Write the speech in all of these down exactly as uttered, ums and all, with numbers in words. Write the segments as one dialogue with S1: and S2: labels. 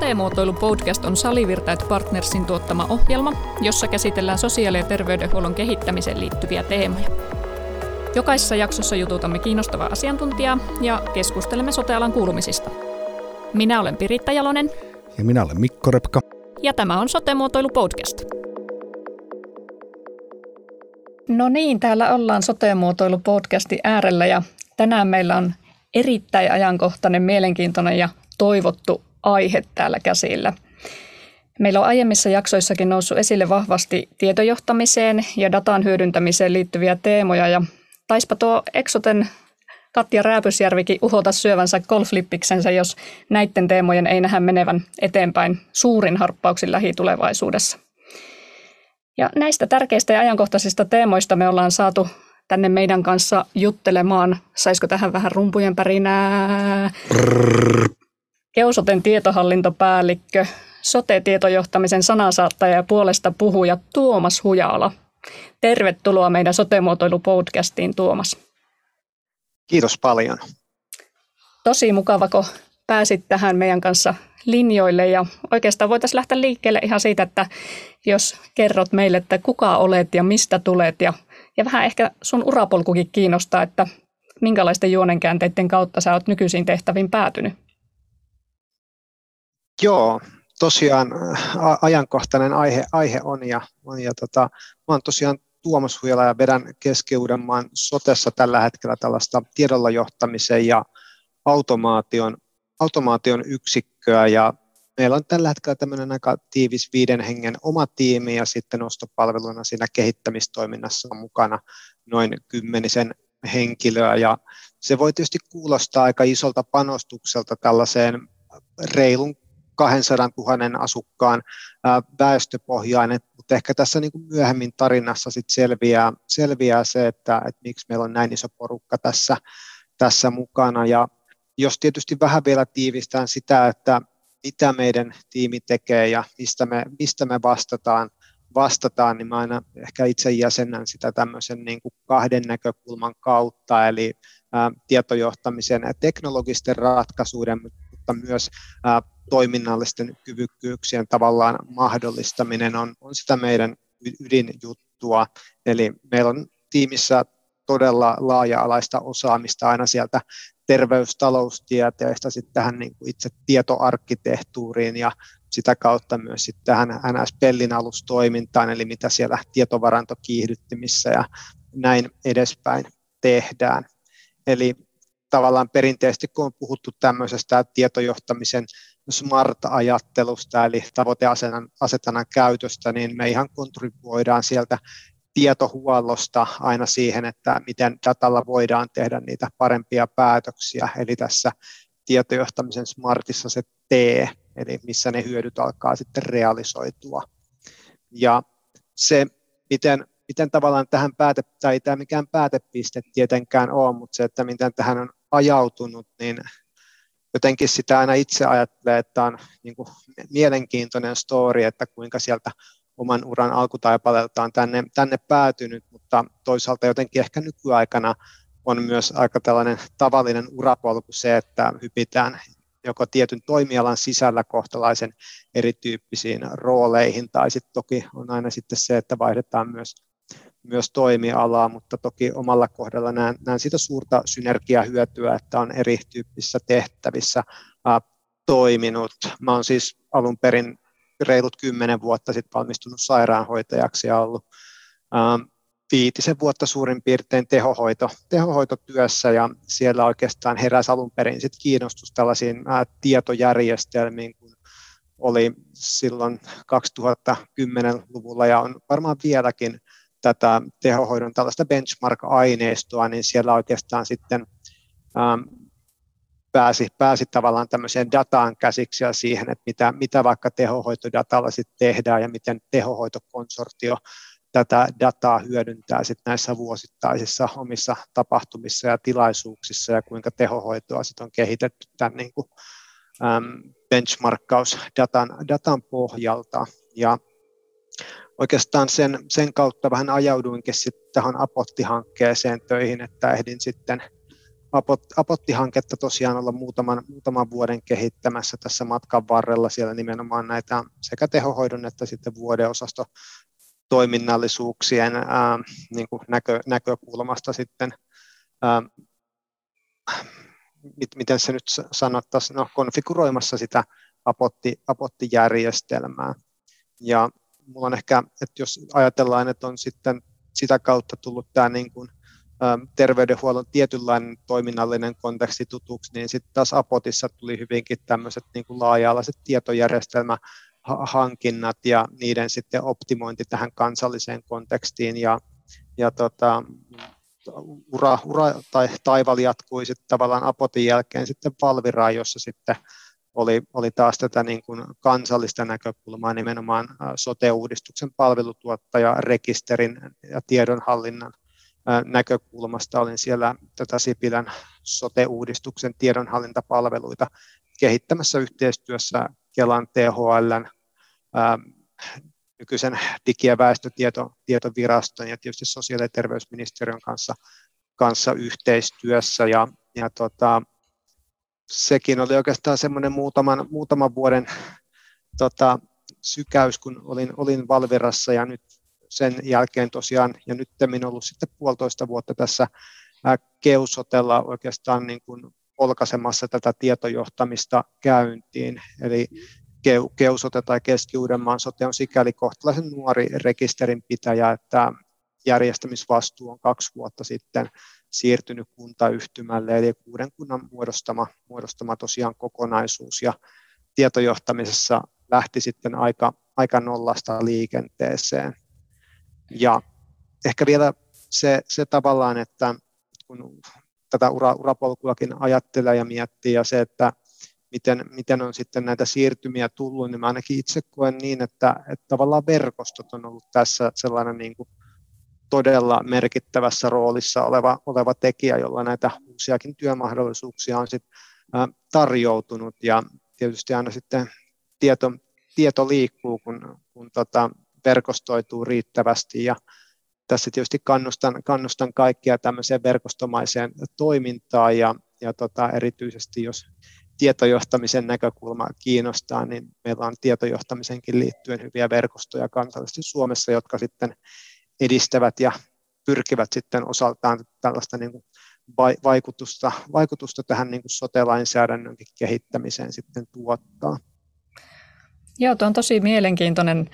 S1: Sote-muotoilu podcast on Salivirta Partnersin tuottama ohjelma, jossa käsitellään sosiaali- ja terveydenhuollon kehittämiseen liittyviä teemoja. Jokaisessa jaksossa jututamme kiinnostavaa asiantuntijaa ja keskustelemme sote-alan kuulumisista. Minä olen Piritta Jalonen.
S2: Ja minä olen Mikko Repka.
S1: Ja tämä on Sote-muotoilu podcast. No niin, täällä ollaan Sote-muotoilu podcastin äärellä ja tänään meillä on erittäin ajankohtainen, mielenkiintoinen ja toivottu aihe täällä käsillä. Meillä on aiemmissa jaksoissakin noussut esille vahvasti tietojohtamiseen ja datan hyödyntämiseen liittyviä teemoja. Ja taispa tuo Exoten Katja Rääpysjärvikin uhota syövänsä golflippiksensä, jos näiden teemojen ei nähdä menevän eteenpäin suurin harppauksin lähitulevaisuudessa. Ja näistä tärkeistä ja ajankohtaisista teemoista me ollaan saatu tänne meidän kanssa juttelemaan. Saisiko tähän vähän rumpujen pärinää? Keusoten tietohallintopäällikkö, sote-tietojohtamisen sanansaattaja ja puolesta puhuja Tuomas Hujala. Tervetuloa meidän Sote-muotoilu-podcastiin, Tuomas.
S3: Kiitos paljon.
S1: Tosi mukava, kun pääsit tähän meidän kanssa linjoille ja oikeastaan voitaisiin lähteä liikkeelle ihan siitä, että jos kerrot meille, että kuka olet ja mistä tulet ja, ja vähän ehkä sun urapolkukin kiinnostaa, että minkälaisten juonenkäänteiden kautta sä oot nykyisiin tehtäviin päätynyt.
S3: Joo, tosiaan a- ajankohtainen aihe, aihe on ja, on ja tota, mä oon tosiaan Tuomas Hujala ja vedän Keski-Uudenmaan sotessa tällä hetkellä tällaista tiedolla johtamisen ja automaation, automaation yksikköä ja meillä on tällä hetkellä tämmöinen aika tiivis viiden hengen oma tiimi ja sitten ostopalveluna siinä kehittämistoiminnassa on mukana noin kymmenisen henkilöä ja se voi tietysti kuulostaa aika isolta panostukselta tällaiseen reilun kaksisataatuhatta asukkaan ää, väestöpohjainen, mutta ehkä tässä niin kuin myöhemmin tarinassa sit selviää, selviää se, että, että miksi meillä on näin iso porukka tässä, tässä mukana. Ja jos tietysti vähän vielä tiivistään sitä, että mitä meidän tiimi tekee ja mistä me, mistä me vastataan, vastataan, niin mä aina ehkä itse jäsennän sitä tämmöisen niin kuin kahden näkökulman kautta, eli ää, tietojohtamisen ja teknologisten ratkaisuiden, mutta myös ää, toiminnallisten kyvykkyyksien tavallaan mahdollistaminen on, on sitä meidän ydinjuttua. Eli meillä on tiimissä todella laaja-alaista osaamista aina sieltä terveystaloustieteestä sitten tähän niin kuin itse tietoarkkitehtuuriin ja sitä kautta myös sitten tähän N S-pellin alustoimintaan, eli mitä siellä tietovarantokiihdyttimissä ja näin edespäin tehdään. Eli tavallaan perinteisesti, kun on puhuttu tämmöisestä tietojohtamisen smart-ajattelusta, eli tavoiteasetannan käytöstä, niin me ihan kontribuoidaan sieltä tietohuollosta aina siihen, että miten datalla voidaan tehdä niitä parempia päätöksiä, eli tässä tietojohtamisen smartissa se T, eli missä ne hyödyt alkaa sitten realisoitua. Ja se, miten, miten tavallaan tähän pääte, tai ei tämä mikään päätepiste tietenkään ole, mutta se, että miten tähän on ajautunut, niin jotenkin sitä aina itse ajattelee, että on niin kuin mielenkiintoinen story, että kuinka sieltä oman uran alkutaipaleelta on tänne, tänne päätynyt, mutta toisaalta jotenkin ehkä nykyaikana on myös aika tällainen tavallinen urapolku se, että hypitään joko tietyn toimialan sisällä kohtalaisen erityyppisiin rooleihin, tai sitten toki on aina sitten se, että vaihdetaan myös, myös toimialaa, mutta toki omalla kohdalla näen, näen siitä suurta synergiahyötyä, että on erityyppisissä tehtävissä ää, toiminut. Mä oon siis alun perin reilut kymmenen vuotta sitten valmistunut sairaanhoitajaksi ja ollut ähm, viitisen vuotta suurin piirtein tehohoito, tehohoitotyössä ja siellä oikeastaan heräsi alun perin sit kiinnostus tällaisiin äh, tietojärjestelmiin, kun oli silloin kaksituhattakymmenen-luvulla ja on varmaan vieläkin tätä tehohoidon tällaista benchmark-aineistoa, niin siellä oikeastaan sitten ähm, Pääsi, pääsi tavallaan tämmöiseen dataan käsiksi ja siihen, että mitä, mitä vaikka tehohoitodatalla sitten tehdään ja miten tehohoitokonsortio tätä dataa hyödyntää sitten näissä vuosittaisissa omissa tapahtumissa ja tilaisuuksissa ja kuinka tehohoitoa sitten on kehitetty tämän niin kuin, äm, benchmarkkausdatan datan pohjalta. Ja oikeastaan sen, sen kautta vähän ajauduinkin sitten tähän Apotti-hankkeeseen töihin, että ehdin sitten Apotti-hanketta tosiaan olla muutaman, muutaman vuoden kehittämässä tässä matkan varrella siellä nimenomaan näitä sekä tehohoidon että sitten vuodeosasto toiminnallisuuksien ää, niin kuin näkö, näkökulmasta sitten, ää, mit, miten se nyt sanottaisiin, no, konfiguroimassa sitä apotti, apottijärjestelmää. Ja mulla on ehkä, että jos ajatellaan, että on sitten sitä kautta tullut tämä niin kuin, ä, terveydenhuollon tietynlainen toiminnallinen konteksti tutuksi, niin sitten taas Apotissa tuli hyvinkin tämmöiset niin kuin laaja-alaiset tietojärjestelmä hankinnat ja niiden sitten optimointi tähän kansalliseen kontekstiin ja, ja tota, ura, ura tai taival jatkui sitten tavallaan Apotin jälkeen sitten Valviraan, jossa sitten oli, oli taas tätä niin kuin kansallista näkökulmaa nimenomaan sote-uudistuksen palvelutuottaja rekisterin ja tiedonhallinnan näkökulmasta. Olin siellä tätä Sipilän sote-uudistuksen tiedonhallintapalveluita kehittämässä yhteistyössä Kelan, T H L:n, ää, nykyisen Digi- ja väestötietoviraston ja tietysti sosiaali- ja terveysministeriön kanssa, kanssa yhteistyössä. Ja, ja tota, sekin oli oikeastaan semmoinen muutaman, muutaman vuoden tota, sykäys, kun olin, olin Valvirassa ja nyt sen jälkeen tosiaan, ja nyt olen ollut sitten puolitoista vuotta tässä ää, Keusotella oikeastaan niin kuin polkaisemassa tätä tietojohtamista käyntiin, eli Keusote tai Keski-Uudenmaan sote on sikäli kohtalaisen nuori rekisterinpitäjä, että järjestämisvastuu on kaksi vuotta sitten siirtynyt kuntayhtymälle, eli kuuden kunnan muodostama, muodostama tosiaan kokonaisuus, ja tietojohtamisessa lähti sitten aika, aika nollasta liikenteeseen. Ja ehkä vielä se, se tavallaan, että kun tätä ura, urapolkuakin ajattelee ja miettii, ja se, että miten, miten on sitten näitä siirtymiä tullut, niin mä ainakin itse koen niin, että, että tavallaan verkostot on ollut tässä sellainen niin kuin todella merkittävässä roolissa oleva, oleva tekijä, jolla näitä uusiakin työmahdollisuuksia on sit, ä, tarjoutunut, ja tietysti aina sitten tieto, tieto liikkuu, kun, kun tota, verkostoituu riittävästi, ja tässä tietysti kannustan, kannustan kaikkia tämmöiseen verkostomaiseen toimintaan, ja, ja tota, erityisesti jos tietojohtamisen näkökulma kiinnostaa, niin meillä on tietojohtamisenkin liittyen hyviä verkostoja kansallisesti Suomessa, jotka sitten edistävät ja pyrkivät sitten osaltaan tällaista niin kuin vaikutusta, vaikutusta tähän niin kuin sote-lainsäädännönkin kehittämiseen sitten tuottaa.
S1: Joo, tuo on tosi mielenkiintoinen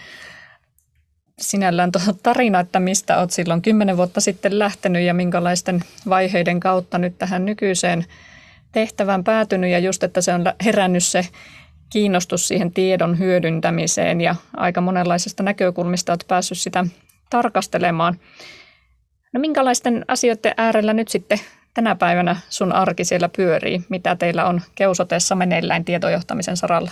S1: sinällään tuo tarina, että mistä olet silloin kymmenen vuotta sitten lähtenyt ja minkälaisten vaiheiden kautta nyt tähän nykyiseen tehtävään päätynyt, ja just, että se on herännyt se kiinnostus siihen tiedon hyödyntämiseen ja aika monenlaisista näkökulmista olet päässyt sitä tarkastelemaan. No minkälaisten asioiden äärellä nyt sitten tänä päivänä sun arki siellä pyörii? Mitä teillä on Keusotessa meneillään tietojohtamisen saralla?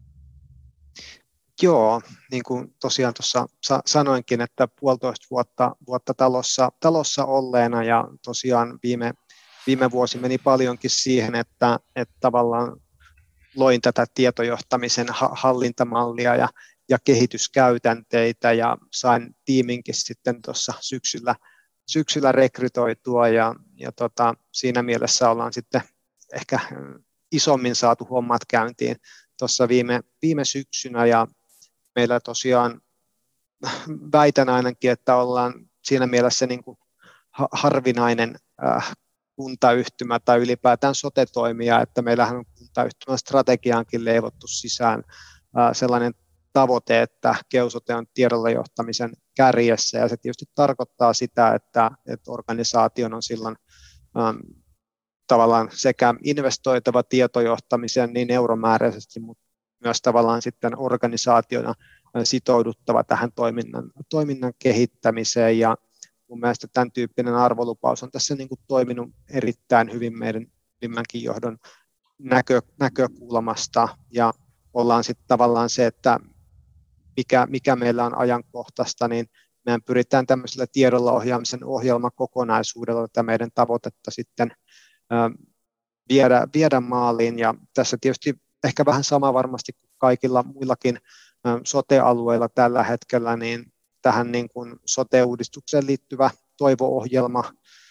S3: Joo, niin kuin tosiaan tuossa sanoinkin, että puolitoista vuotta, vuotta talossa, talossa olleena, ja tosiaan viime, viime vuosi meni paljonkin siihen, että, että tavallaan loin tätä tietojohtamisen hallintamallia ja, ja kehityskäytänteitä, ja sain tiiminkin sitten tuossa syksyllä, syksyllä rekrytoitua, ja, ja tota, siinä mielessä ollaan sitten ehkä isommin saatu hommat käyntiin tuossa viime, viime syksynä, ja meillä tosiaan väitän ainakin, että ollaan siinä mielessä niin kuin harvinainen äh, kuntayhtymä tai ylipäätään sote-toimija, että meillähän on kuntayhtymän strategiaankin leivottu sisään äh, sellainen tavoite, että Keusote on tiedolla johtamisen kärjessä, ja se tietysti tarkoittaa sitä, että, että organisaation on silloin ähm, tavallaan sekä investoitava tietojohtamiseen niin euromääräisesti, mutta myös tavallaan sitten organisaationa sitouduttava tähän toiminnan, toiminnan kehittämiseen, ja mun mielestä tämän tyyppinen arvolupaus on tässä niin kuin toiminut erittäin hyvin meidän ylimmänkin johdon näkö, näkökulmasta, ja ollaan sitten tavallaan se, että mikä, mikä meillä on ajankohtaista, niin meidän pyritään tämmöisellä tiedolla ohjaamisen ohjelmakokonaisuudella tätä meidän tavoitetta sitten ää, viedä, viedä maaliin, ja tässä tietysti ehkä vähän sama varmasti kuin kaikilla muillakin sote-alueilla tällä hetkellä, niin tähän niin kuin sote-uudistukseen liittyvä toivo-ohjelma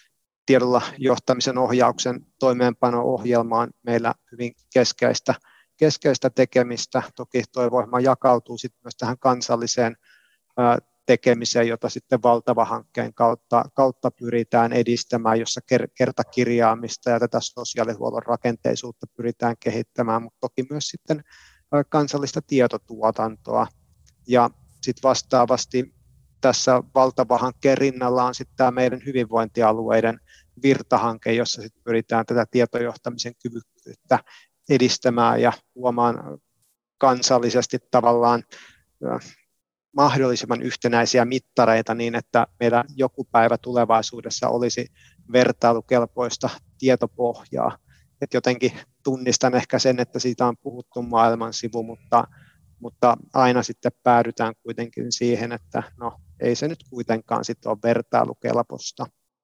S3: tiedolla johtamisen ohjauksen toimeenpano-ohjelma on meillä hyvin keskeistä, keskeistä tekemistä. Toki tuo voima jakautuu sitten myös tähän kansalliseen ää, tekemiseen, jota sitten valtava hankkeen kautta, kautta pyritään edistämään, jossa ker, kertakirjaamista ja tätä sosiaalihuollon rakenteisuutta pyritään kehittämään, mutta toki myös sitten ää, kansallista tietotuotantoa. Ja sitten vastaavasti tässä valtava hankkeen rinnalla on sitten tämä meidän hyvinvointialueiden virtahanke, jossa sitten pyritään tätä tietojohtamisen kyvykkyyttä edistämään ja luomaan kansallisesti tavallaan mahdollisimman yhtenäisiä mittareita niin, että meillä joku päivä tulevaisuudessa olisi vertailukelpoista tietopohjaa. Et jotenkin tunnistan ehkä sen, että siitä on puhuttu maailman sivu, mutta, mutta aina sitten päädytään kuitenkin siihen, että no ei se nyt kuitenkaan sitten ole vertailukelpoista.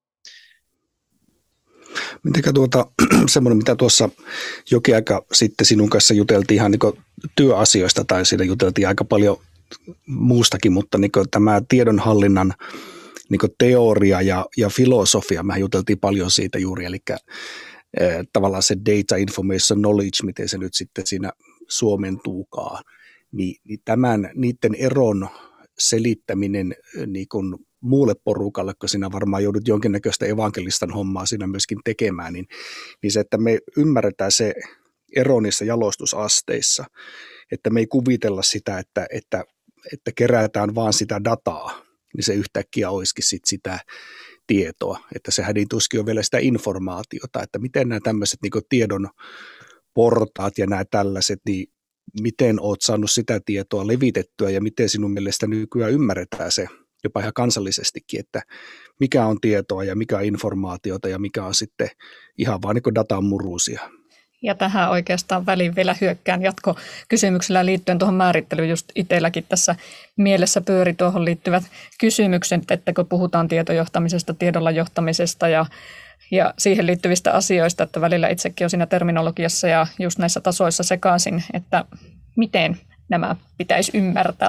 S2: Mitenkä tuota, semmoinen, mitä tuossa jokin aika sitten sinun kanssa juteltiin ihan niin työasioista tai siinä juteltiin aika paljon muustakin, mutta niin tämä tiedonhallinnan niin teoria ja, ja filosofia, mehän juteltiin paljon siitä juuri, eli eh, tavallaan se data information knowledge, miten se nyt sitten siinä suomentuukaan, niin, niin tämän, niiden eron selittäminen niin kuin muulle porukalle, kun sinä varmaan joudut jonkinnäköistä evankelistan hommaa siinä myöskin tekemään, niin, niin se, että me ymmärretään se ero niissä jalostusasteissa, että me ei kuvitella sitä, että, että, että kerätään vaan sitä dataa, niin se yhtäkkiä olisikin sit sitä tietoa, että sehän ei tuskin ole vielä sitä informaatiota, että miten nämä tämmöiset niin kuin tiedon portaat ja nämä tällaiset, niin miten olet saanut sitä tietoa levitettyä ja miten sinun mielestä nykyään ymmärretään se jopa ihan kansallisestikin, että mikä on tietoa ja mikä on informaatiota ja mikä on sitten ihan vaan niin kuin datan murusia.
S1: Ja tähän oikeastaan väliin vielä hyökkään jatkokysymyksellä liittyen tuohon määrittelyyn. Just itselläkin tässä mielessä pyöri tuohon liittyvät kysymykset, että kun puhutaan tietojohtamisesta, tiedolla johtamisesta ja, ja siihen liittyvistä asioista, että välillä itsekin on siinä terminologiassa ja just näissä tasoissa sekaisin, että miten nämä pitäisi ymmärtää.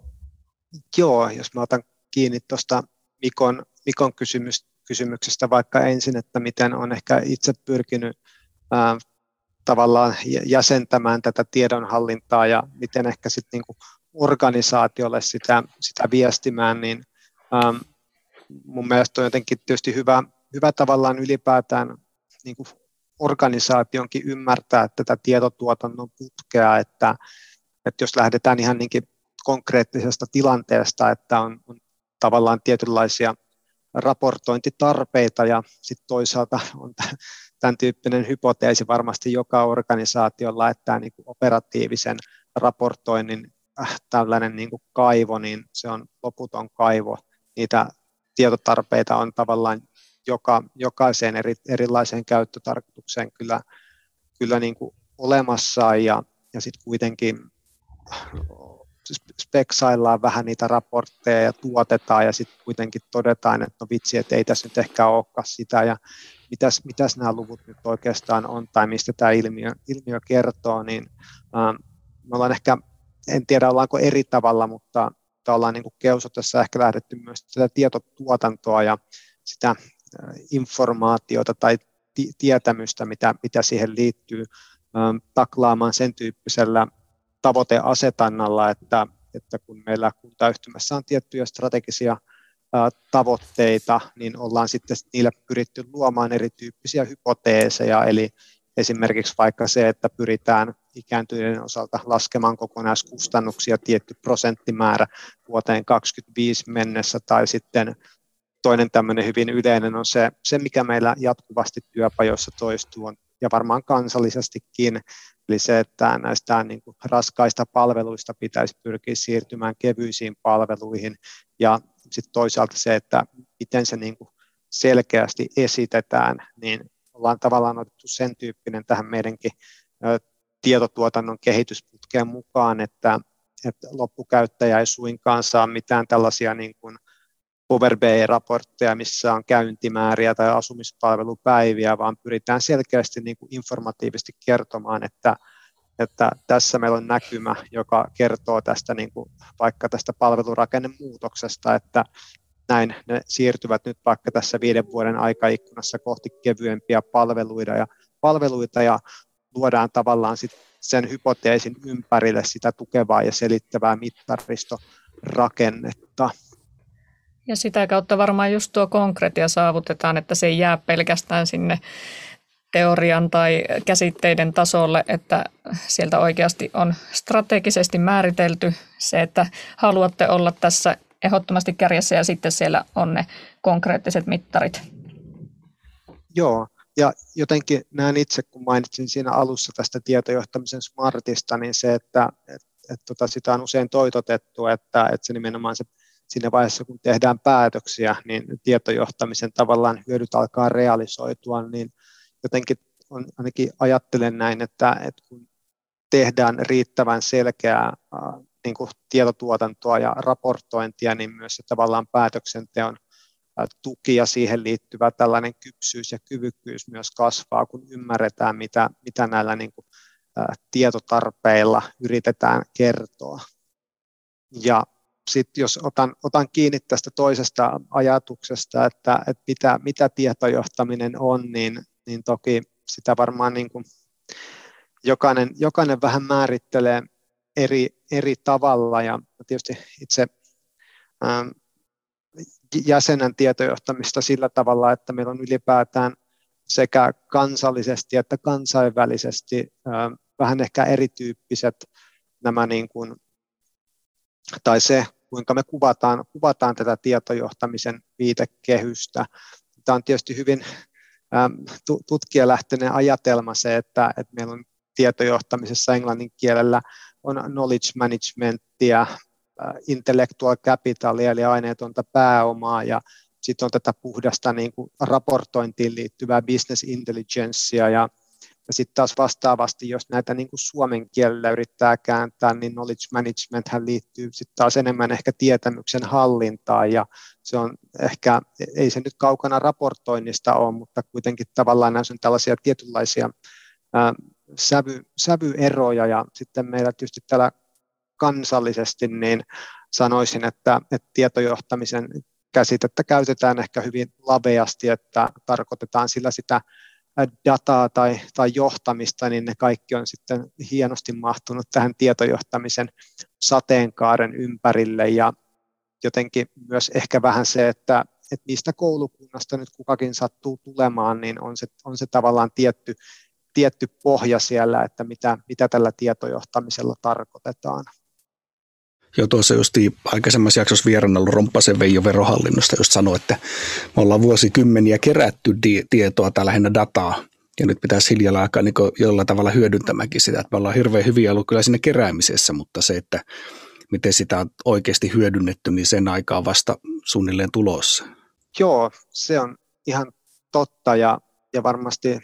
S3: Joo, jos mä otan kiinni tuosta Mikon, Mikon kysymys, kysymyksestä vaikka ensin, että miten on ehkä itse pyrkinyt ää, tavallaan jäsentämään tätä tiedonhallintaa ja miten ehkä sitten niinku organisaatiolle sitä, sitä viestimään, niin ää, mun mielestä on jotenkin tietysti hyvä, hyvä tavallaan ylipäätään niinku organisaationkin ymmärtää tätä tietotuotannon putkea, että, että jos lähdetään ihan niinkin konkreettisesta tilanteesta, että on, on tavallaan tietynlaisia raportointitarpeita ja sitten toisaalta on tämän tyyppinen hypoteesi varmasti joka organisaatiolla, että tämä niin kuin operatiivisen raportoinnin äh, tällainen niin kuin kaivo, niin se on loputon kaivo. Niitä tietotarpeita on tavallaan joka, jokaiseen eri, erilaiseen käyttötarkoitukseen kyllä, kyllä niin kuin olemassa ja, ja sitten kuitenkin speksaillaan vähän niitä raportteja ja tuotetaan ja sitten kuitenkin todetaan, että no vitsi, että ei tässä nyt ehkä olekaan sitä ja mitäs, mitäs nämä luvut nyt oikeastaan on tai mistä tämä ilmiö, ilmiö kertoo, niin ähm, me ollaan ehkä, en tiedä ollaanko eri tavalla, mutta ollaan niin kuin Keusotessa ehkä lähdetty myös tätä tietotuotantoa ja sitä äh, informaatiota tai ti- tietämystä, mitä, mitä siihen liittyy, ähm, taklaamaan sen tyyppisellä tavoiteasetannalla, että, että kun meillä kuntayhtymässä on tiettyjä strategisia ää, tavoitteita, niin ollaan sitten niille pyritty luomaan erityyppisiä hypoteeseja, eli esimerkiksi vaikka se, että pyritään ikääntyneiden osalta laskemaan kokonaiskustannuksia tietty prosenttimäärä vuoteen kaksikymmentäviisi mennessä, tai sitten toinen tämmöinen hyvin yleinen on se, se mikä meillä jatkuvasti työpajoissa toistuu, on, ja varmaan kansallisestikin, eli se, että näistä niin kuin raskaista palveluista pitäisi pyrkiä siirtymään kevyisiin palveluihin, ja sitten toisaalta se, että miten se niin kuin selkeästi esitetään, niin ollaan tavallaan otettu sen tyyppinen tähän meidänkin ö, tietotuotannon kehitysputkeen mukaan, että, että loppukäyttäjä ei suinkaan saa mitään tällaisia niin kuin Power B I-raportteja, missä on käyntimääriä tai asumispalvelupäiviä, vaan pyritään selkeästi niin kuin informatiivisesti kertomaan, että, että tässä meillä on näkymä, joka kertoo tästä niin kuin vaikka tästä palvelurakennemuutoksesta, että näin ne siirtyvät nyt vaikka tässä viiden vuoden aikaikkunassa kohti kevyempiä palveluita ja, palveluita ja luodaan tavallaan sit sen hypoteesin ympärille sitä tukevaa ja selittävää mittaristorakennetta.
S1: Ja sitä kautta varmaan just tuo konkretia saavutetaan, että se ei jää pelkästään sinne teorian tai käsitteiden tasolle, että sieltä oikeasti on strategisesti määritelty se, että haluatte olla tässä ehdottomasti kärjessä ja sitten siellä on ne konkreettiset mittarit.
S3: Joo, ja jotenkin näen itse, kun mainitsin siinä alussa tästä tietojohtamisen smartista, niin se, että et, et, tota, sitä on usein toitotettu, että et se nimenomaan se, siinä vaiheessa, kun tehdään päätöksiä, niin tietojohtamisen tavallaan hyödyt alkaa realisoitua, niin jotenkin on, ainakin ajattelen näin, että, että kun tehdään riittävän selkeää äh, niin kuin tietotuotantoa ja raportointia, niin myös se tavallaan päätöksenteon äh, tuki ja siihen liittyvä tällainen kypsyys ja kyvykkyys myös kasvaa, kun ymmärretään, mitä, mitä näillä niin kuin, äh, tietotarpeilla yritetään kertoa. Ja sitten jos otan, otan kiinni tästä toisesta ajatuksesta, että, että mitä, mitä tietojohtaminen on, niin, niin toki sitä varmaan niin kuin jokainen, jokainen vähän määrittelee eri, eri tavalla. Ja tietysti itse ähm, jäsenen tietojohtamista sillä tavalla, että meillä on ylipäätään sekä kansallisesti että kansainvälisesti ähm, vähän ehkä erityyppiset nämä niin kuin, tai se, kuinka me kuvataan, kuvataan tätä tietojohtamisen viitekehystä. Tämä on tietysti hyvin ähm, tutkijalähtöinen ajatelma se, että, että meillä on tietojohtamisessa englannin kielellä on knowledge managementia, äh, intellectual capitalia eli aineetonta pääomaa ja sitten on tätä puhdasta niin kuin raportointiin liittyvää business intelligencea ja Ja sitten taas vastaavasti, jos näitä niin kuin suomen kielellä yrittää kääntää, niin knowledge managementhän liittyy sitten taas enemmän ehkä tietämyksen hallintaan, ja se on ehkä, ei se nyt kaukana raportoinnista ole, mutta kuitenkin tavallaan näissä on tällaisia tietynlaisia ää, sävy, sävyeroja, ja sitten meillä tietysti täällä kansallisesti, niin sanoisin, että, että tietojohtamisen käsitettä käytetään ehkä hyvin laveasti, että tarkoitetaan sillä sitä dataa tai, tai johtamista, niin ne kaikki on sitten hienosti mahtunut tähän tietojohtamisen sateenkaaren ympärille ja jotenkin myös ehkä vähän se, että, että mistä koulukunnasta nyt kukakin sattuu tulemaan, niin on se, on se tavallaan tietty, tietty pohja siellä, että mitä, mitä tällä tietojohtamisella tarkoitetaan.
S2: Joo, tuossa justiin aikaisemmassa jaksossa vieraana ollut Romppasen Veijo Verohallinnosta just sanoi, että me ollaan vuosikymmeniä kerätty di- tietoa tai lähinnä dataa, ja nyt pitäisi hiljalla alkaa niin jollain tavalla hyödyntämäänkin sitä, että me ollaan hirveän hyviä ollut kyllä siinä keräämisessä, mutta se, että miten sitä on oikeasti hyödynnetty, niin sen aikaa vasta suunnilleen tulossa.
S3: Joo, se on ihan totta, ja, ja varmasti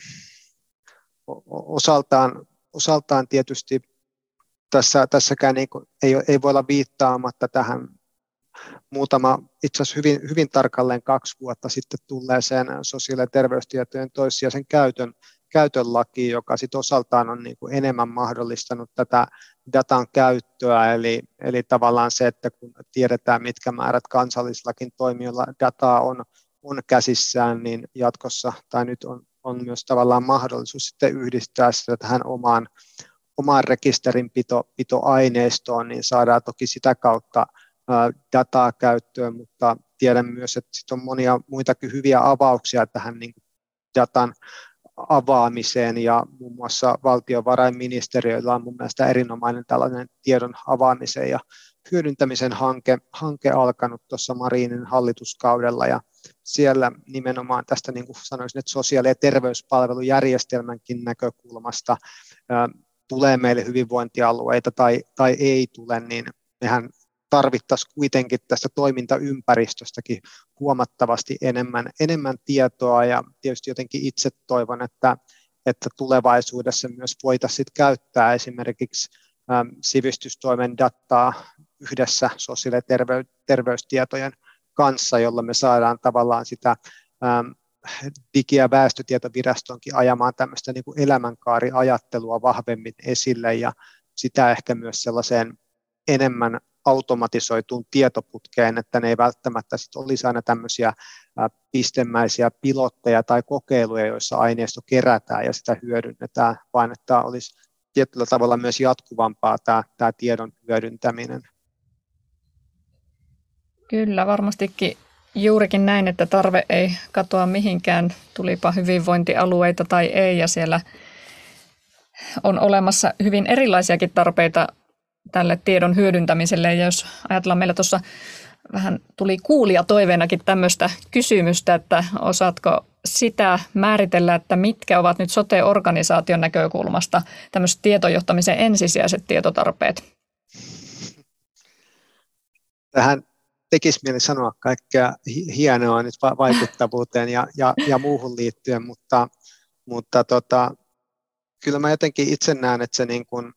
S3: osaltaan, osaltaan tietysti Tässä, tässäkään ei, ei, ei voi olla viittaamatta tähän muutama, itse asiassa hyvin, hyvin tarkalleen kaksi vuotta sitten tulleeseen sosiaali- ja terveystietojen toissijaisen käytön, käytön lakiin, joka sit osaltaan on niin kuin enemmän mahdollistanut tätä datan käyttöä, eli, eli tavallaan se, että kun tiedetään, mitkä määrät kansallislakin toimijoilla dataa on, on käsissään, niin jatkossa, tai nyt on, on myös tavallaan mahdollisuus sitten yhdistää sitä tähän omaan omaan rekisterinpitoaineistoon, niin saadaan toki sitä kautta dataa käyttöön, mutta tiedän myös, että sit on monia muitakin hyviä avauksia tähän niin kuin datan avaamiseen, ja muun muassa valtiovarainministeriöllä on mun mielestä erinomainen tällainen tiedon avaamisen ja hyödyntämisen hanke, hanke alkanut tuossa Marinin hallituskaudella, ja siellä nimenomaan tästä, niin kuin sanoisin, että sosiaali- ja terveyspalvelujärjestelmänkin näkökulmasta tulee meille hyvinvointialueita tai, tai ei tule, niin mehän tarvittaisiin kuitenkin tästä toimintaympäristöstäkin huomattavasti enemmän, enemmän tietoa, ja tietysti jotenkin itse toivon, että, että tulevaisuudessa myös voitaisiin käyttää esimerkiksi äm, sivistystoimen dataa yhdessä sosiaali- ja terve, terveystietojen kanssa, jolla me saadaan tavallaan sitä äm, Digi- ja väestötietovirastonkin ajamaan tämmöistä niin kuin elämänkaariajattelua vahvemmin esille, ja sitä ehkä myös sellaiseen enemmän automatisoituun tietoputkeen, että ne ei välttämättä sit olisi aina tämmöisiä pistemäisiä pilotteja tai kokeiluja, joissa aineisto kerätään ja sitä hyödynnetään, vaan että olisi tietyllä tavalla myös jatkuvampaa tämä, tämä tiedon hyödyntäminen.
S1: Kyllä, varmastikin juurikin näin, että tarve ei katoa mihinkään, tulipa hyvinvointialueita tai ei, ja siellä on olemassa hyvin erilaisiakin tarpeita tälle tiedon hyödyntämiselle. Ja jos ajatellaan, meillä tuossa vähän tuli kuulijatoiveenakin tämmöistä kysymystä, että osaatko sitä määritellä, että mitkä ovat nyt sote-organisaation näkökulmasta tämmöiset tietojohtamisen ensisijaiset tietotarpeet?
S3: Tähän tekisi mieli sanoa kaikkea hienoa nyt vaikuttavuuteen ja, ja, ja muuhun liittyen, mutta, mutta tota, kyllä mä jotenkin itse näen, että se niin kuin,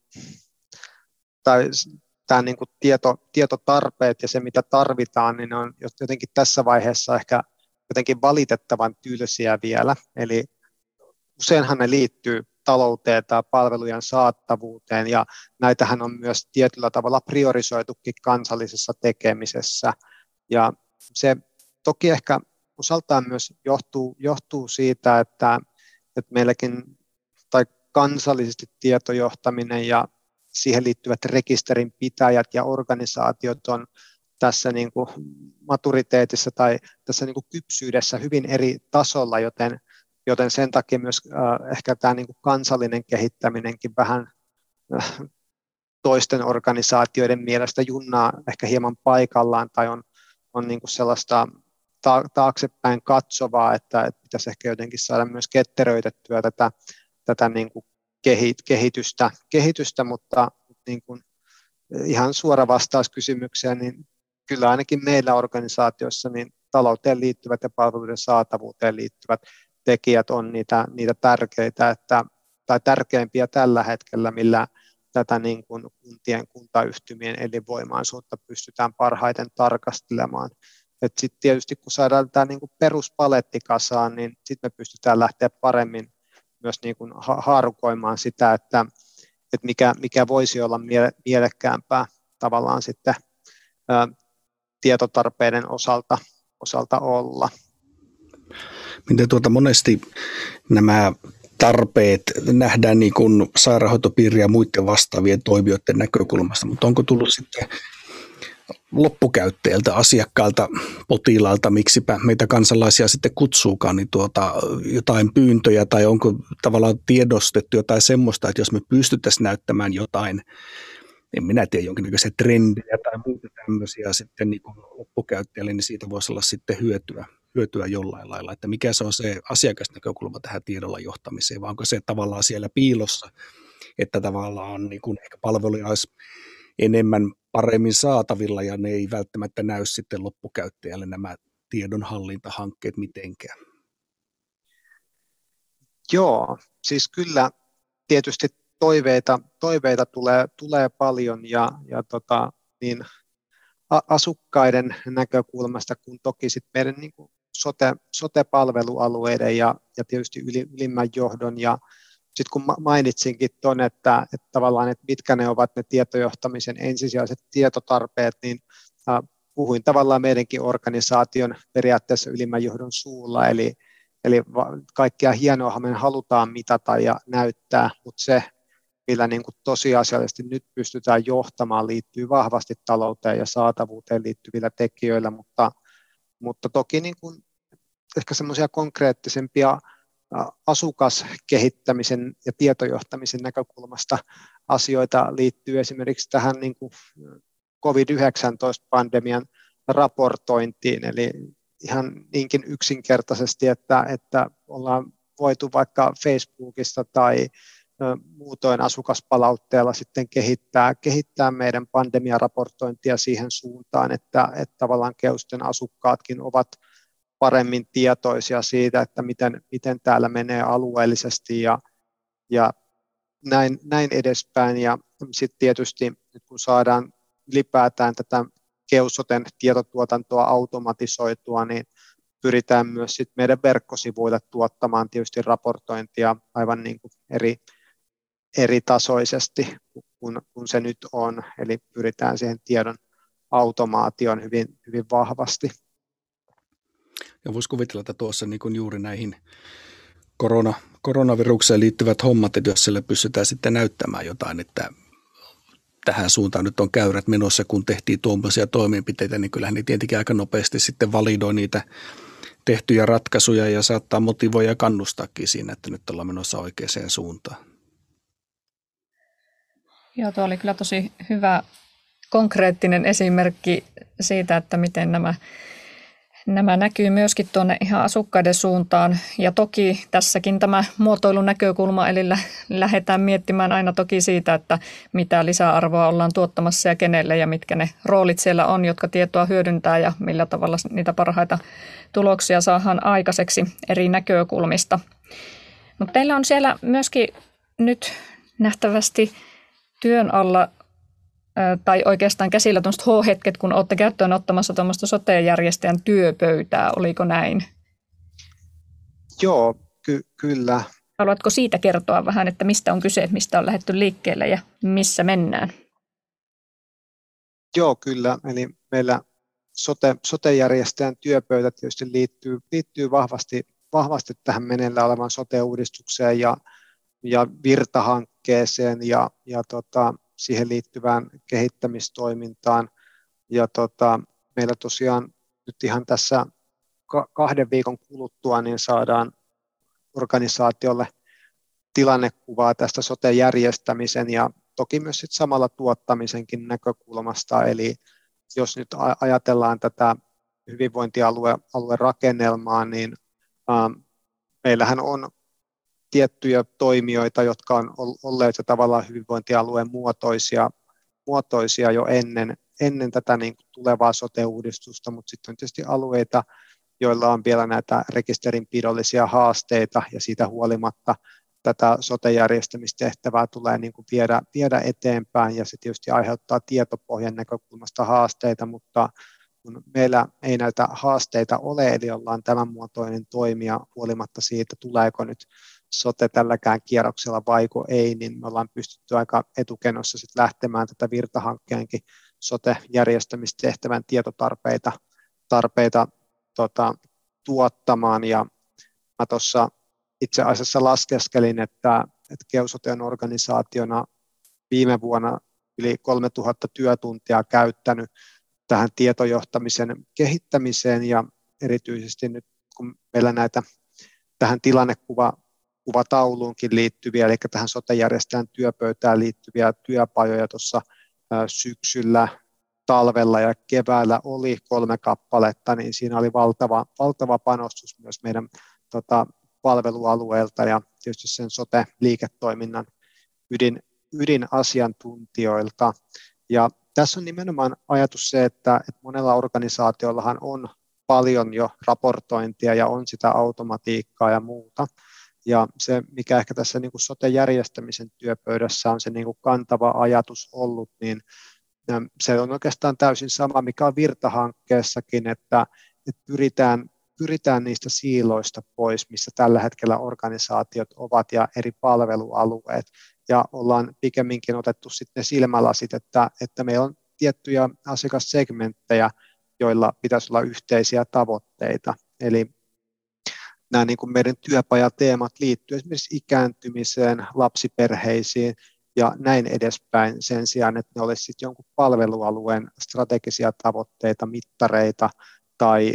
S3: tai tämä niin kuin tieto, tietotarpeet ja se, mitä tarvitaan, niin ne on jotenkin tässä vaiheessa ehkä jotenkin valitettavan tylsiä vielä. Eli useinhan ne liittyy talouteen tai palvelujen saattavuuteen, ja näitähän on myös tietyllä tavalla priorisoitukin kansallisessa tekemisessä. Ja se toki ehkä osaltaan myös johtuu, johtuu siitä, että, että meilläkin tai kansallisesti tietojohtaminen ja siihen liittyvät rekisterinpitäjät ja organisaatiot on tässä niin kuin maturiteetissa tai tässä niin kuin kypsyydessä hyvin eri tasolla, joten, joten sen takia myös äh, ehkä tämä niin kuin kansallinen kehittäminenkin vähän äh, toisten organisaatioiden mielestä junnaa ehkä hieman paikallaan tai on, on niin kuin sellaista ta- taaksepäin katsovaa, että, että pitäisi ehkä jotenkin saada myös ketteröitettyä tätä, tätä niin kuin kehitystä, kehitystä, mutta niin kuin ihan suora vastaus kysymykseen, niin kyllä ainakin meillä organisaatiossa niin talouteen liittyvät ja palveluiden saatavuuteen liittyvät tekijät on niitä, niitä tärkeitä, että, tai tärkeimpiä tällä hetkellä, millä tätä niin kuin kuntien, kuntayhtymien elinvoimaisuutta pystytään parhaiten tarkastelemaan. Sitten tietysti kun saadaan tämä niin kuin peruspaletti kasaan, niin sitten me pystytään lähteä paremmin myös niin kuin haarukoimaan sitä, että, että mikä, mikä voisi olla mielekkäämpää tavallaan sitten ää, tietotarpeiden osalta, osalta olla.
S2: Miten tuota monesti nämä tarpeet nähdään niin kuin sairaanhoitopiiri ja muiden vastaavien toimijoiden näkökulmasta, mutta onko tullut sitten loppukäyttäjältä, asiakkailta, potilaalta, miksipä meitä kansalaisia sitten kutsuukaan, niin tuota, jotain pyyntöjä tai onko tavallaan tiedostettu jotain semmoista, että jos me pystyttäisiin näyttämään jotain, en minä tiedä, jonkinnäköisiä trendejä tai muuta tämmöisiä sitten niin kuin loppukäyttäjälle, niin siitä voisi olla sitten hyötyä, hyötyä jollain lailla, että mikä se on se asiakasnäkökulma tähän tiedolla johtamiseen, vai onko se tavallaan siellä piilossa, että tavallaan niin kuin ehkä palveluja olisi enemmän paremmin saatavilla ja ne ei välttämättä näy sitten loppukäyttäjälle nämä tiedonhallintahankkeet mitenkään.
S3: Joo, siis kyllä tietysti toiveita, toiveita tulee, tulee paljon ja, ja tota, niin asukkaiden näkökulmasta kuin toki sit meidän niin kuin sote, sote-palvelualueiden ja, ja tietysti yli, ylimmän johdon ja sitten kun mainitsinkin tuon, että, että tavallaan, että mitkä ne ovat ne tietojohtamisen ensisijaiset tietotarpeet, niin äh, puhuin tavallaan meidänkin organisaation periaatteessa ylimmän johdon suulla, eli, eli kaikkea hienoahan me halutaan mitata ja näyttää, mutta se, millä niin kuin tosiasiallisesti nyt pystytään johtamaan, liittyy vahvasti talouteen ja saatavuuteen liittyvillä tekijöillä, mutta, mutta toki niin kuin ehkä semmoisia konkreettisempia asukaskehittämisen ja tietojohtamisen näkökulmasta asioita liittyy esimerkiksi tähän niin kuin covid yhdeksäntoista-pandemian raportointiin, eli ihan niinkin yksinkertaisesti, että, että ollaan voitu vaikka Facebookista tai muutoin asukaspalautteella sitten kehittää, kehittää meidän pandemiaraportointia siihen suuntaan, että, että tavallaan Keusten asukkaatkin ovat paremmin tietoisia siitä, että miten, miten täällä menee alueellisesti ja, ja näin, näin edespäin. Ja sitten tietysti nyt kun saadaan ylipäätään tätä Keusoten tietotuotantoa automatisoitua, niin pyritään myös sit meidän verkkosivuille tuottamaan tietysti raportointia aivan niin kuin eri, eri tasoisesti kuin, kuin se nyt on. Eli pyritään siihen tiedon automaation hyvin, hyvin vahvasti.
S2: Ja voisi kuvitella, että tuossa niin kuin juuri näihin korona, koronavirukseen liittyvät hommat, että jos sille pystytään sitten näyttämään jotain, että tähän suuntaan nyt on käyrät menossa, kun tehtiin tuommoisia toimenpiteitä, niin kyllähän ne tietenkin aika nopeasti sitten validoi niitä tehtyjä ratkaisuja ja saattaa motivoida ja kannustaakin siinä, että nyt ollaan menossa oikeaan suuntaan.
S1: Joo, tuo oli kyllä tosi hyvä konkreettinen esimerkki siitä, että miten nämä, nämä näkyy myöskin tuonne ihan asukkaiden suuntaan. Ja toki tässäkin tämä muotoilun näkökulma, eli lähdetään miettimään aina toki siitä, että mitä lisäarvoa ollaan tuottamassa ja kenelle ja mitkä ne roolit siellä on, jotka tietoa hyödyntää ja millä tavalla niitä parhaita tuloksia saadaan aikaiseksi eri näkökulmista. Mutta teillä on siellä myöskin nyt nähtävästi työn alla tai oikeastaan käsillä tuommoiset H-hetket, kun olette käyttöön ottamassa tuommoista sote-järjestäjän työpöytää, oliko näin?
S3: Joo, ky- kyllä.
S1: Haluatko siitä kertoa vähän, että mistä on kyse, mistä on lähdetty liikkeelle ja missä mennään?
S3: Joo, kyllä. Eli meillä sote, sote-järjestäjän työpöytä tietysti liittyy, liittyy vahvasti, vahvasti tähän meneillään olevan sote-uudistukseen ja, ja Virta-hankkeeseen ja, ja tota, siihen liittyvään kehittämistoimintaan. Ja tota, meillä tosiaan nyt ihan tässä kahden viikon kuluttua niin saadaan organisaatiolle tilannekuvaa tästä sote-järjestämisen ja toki myös sit samalla tuottamisenkin näkökulmasta. Eli jos nyt ajatellaan tätä hyvinvointialueen rakennelmaa, niin ähm, meillähän on tiettyjä toimijoita, jotka on olleet jo tavallaan hyvinvointialueen muotoisia, muotoisia jo ennen, ennen tätä niin kuin tulevaa sote-uudistusta, mutta sitten on tietysti alueita, joilla on vielä näitä rekisterinpidollisia haasteita ja siitä huolimatta tätä sote-järjestämistehtävää tulee niin kuin viedä, viedä eteenpäin ja se tietysti aiheuttaa tietopohjan näkökulmasta haasteita, mutta kun meillä ei näitä haasteita ole, eli ollaan tämän muotoinen toimija huolimatta siitä, tuleeko nyt sote tälläkään kierroksella vaiko ei, niin me ollaan pystytty aika etukenossa sit lähtemään tätä Virta-hankkeenkin sote-järjestämistehtävän tietotarpeita tarpeita, tota, tuottamaan. Ja mä tuossa itse asiassa laskeskelin, että, että Geosote on organisaationa viime vuonna yli kolmetuhatta työtuntia käyttänyt tähän tietojohtamisen kehittämiseen ja erityisesti nyt kun meillä näitä tähän tilannekuva kuvatauluunkin liittyviä, eli tähän sote-järjestäjän työpöytään liittyviä työpajoja tuossa syksyllä, talvella ja keväällä oli kolme kappaletta, niin siinä oli valtava, valtava panostus myös meidän tota, palvelualueelta ja tietysti sen sote-liiketoiminnan ydin, ydinasiantuntijoilta. Ja tässä on nimenomaan ajatus se, että, että monella organisaatiollahan on paljon jo raportointia ja on sitä automatiikkaa ja muuta. Ja se, mikä ehkä tässä niin kuin sote-järjestämisen työpöydässä on se niin kuin kantava ajatus ollut, niin se on oikeastaan täysin sama, mikä on Virta-hankkeessakin, että, että pyritään, pyritään niistä siiloista pois, missä tällä hetkellä organisaatiot ovat ja eri palvelualueet. Ja ollaan pikemminkin otettu sitten silmälasit, että, että meillä on tiettyjä asiakassegmenttejä, joilla pitäisi olla yhteisiä tavoitteita. Eli nämä niin kuin meidän työpajateemat liittyy esimerkiksi ikääntymiseen, lapsiperheisiin ja näin edespäin sen sijaan, että ne olisi sitten jonkun palvelualueen strategisia tavoitteita, mittareita tai,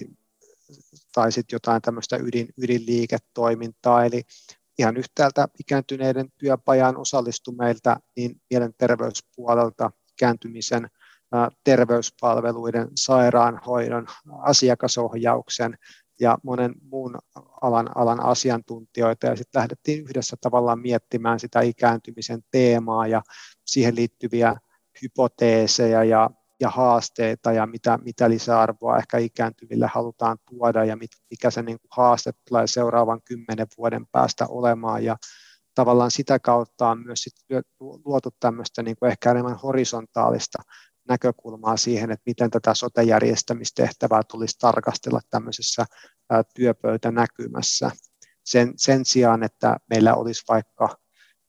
S3: tai sitten jotain tämmöistä ydin, ydinliiketoimintaa. Eli ihan yhtäältä ikääntyneiden työpajaan osallistui meiltä niin mielenterveyspuolelta ikääntymisen terveyspalveluiden, sairaanhoidon, asiakasohjauksen ja monen muun alan, alan asiantuntijoita ja sitten lähdettiin yhdessä tavallaan miettimään sitä ikääntymisen teemaa ja siihen liittyviä hypoteeseja ja, ja haasteita ja mitä, mitä lisäarvoa ehkä ikääntyville halutaan tuoda ja mit, mikä se niin kuin haaste tulee seuraavan kymmenen vuoden päästä olemaan ja tavallaan sitä kautta on myös sit luotu tämmöistä niin kuin ehkä enemmän horisontaalista näkökulmaa siihen, että miten tätä sote-järjestämistehtävää tulisi tarkastella tämmöisessä työpöytänäkymässä. Sen, sen sijaan, että meillä olisi vaikka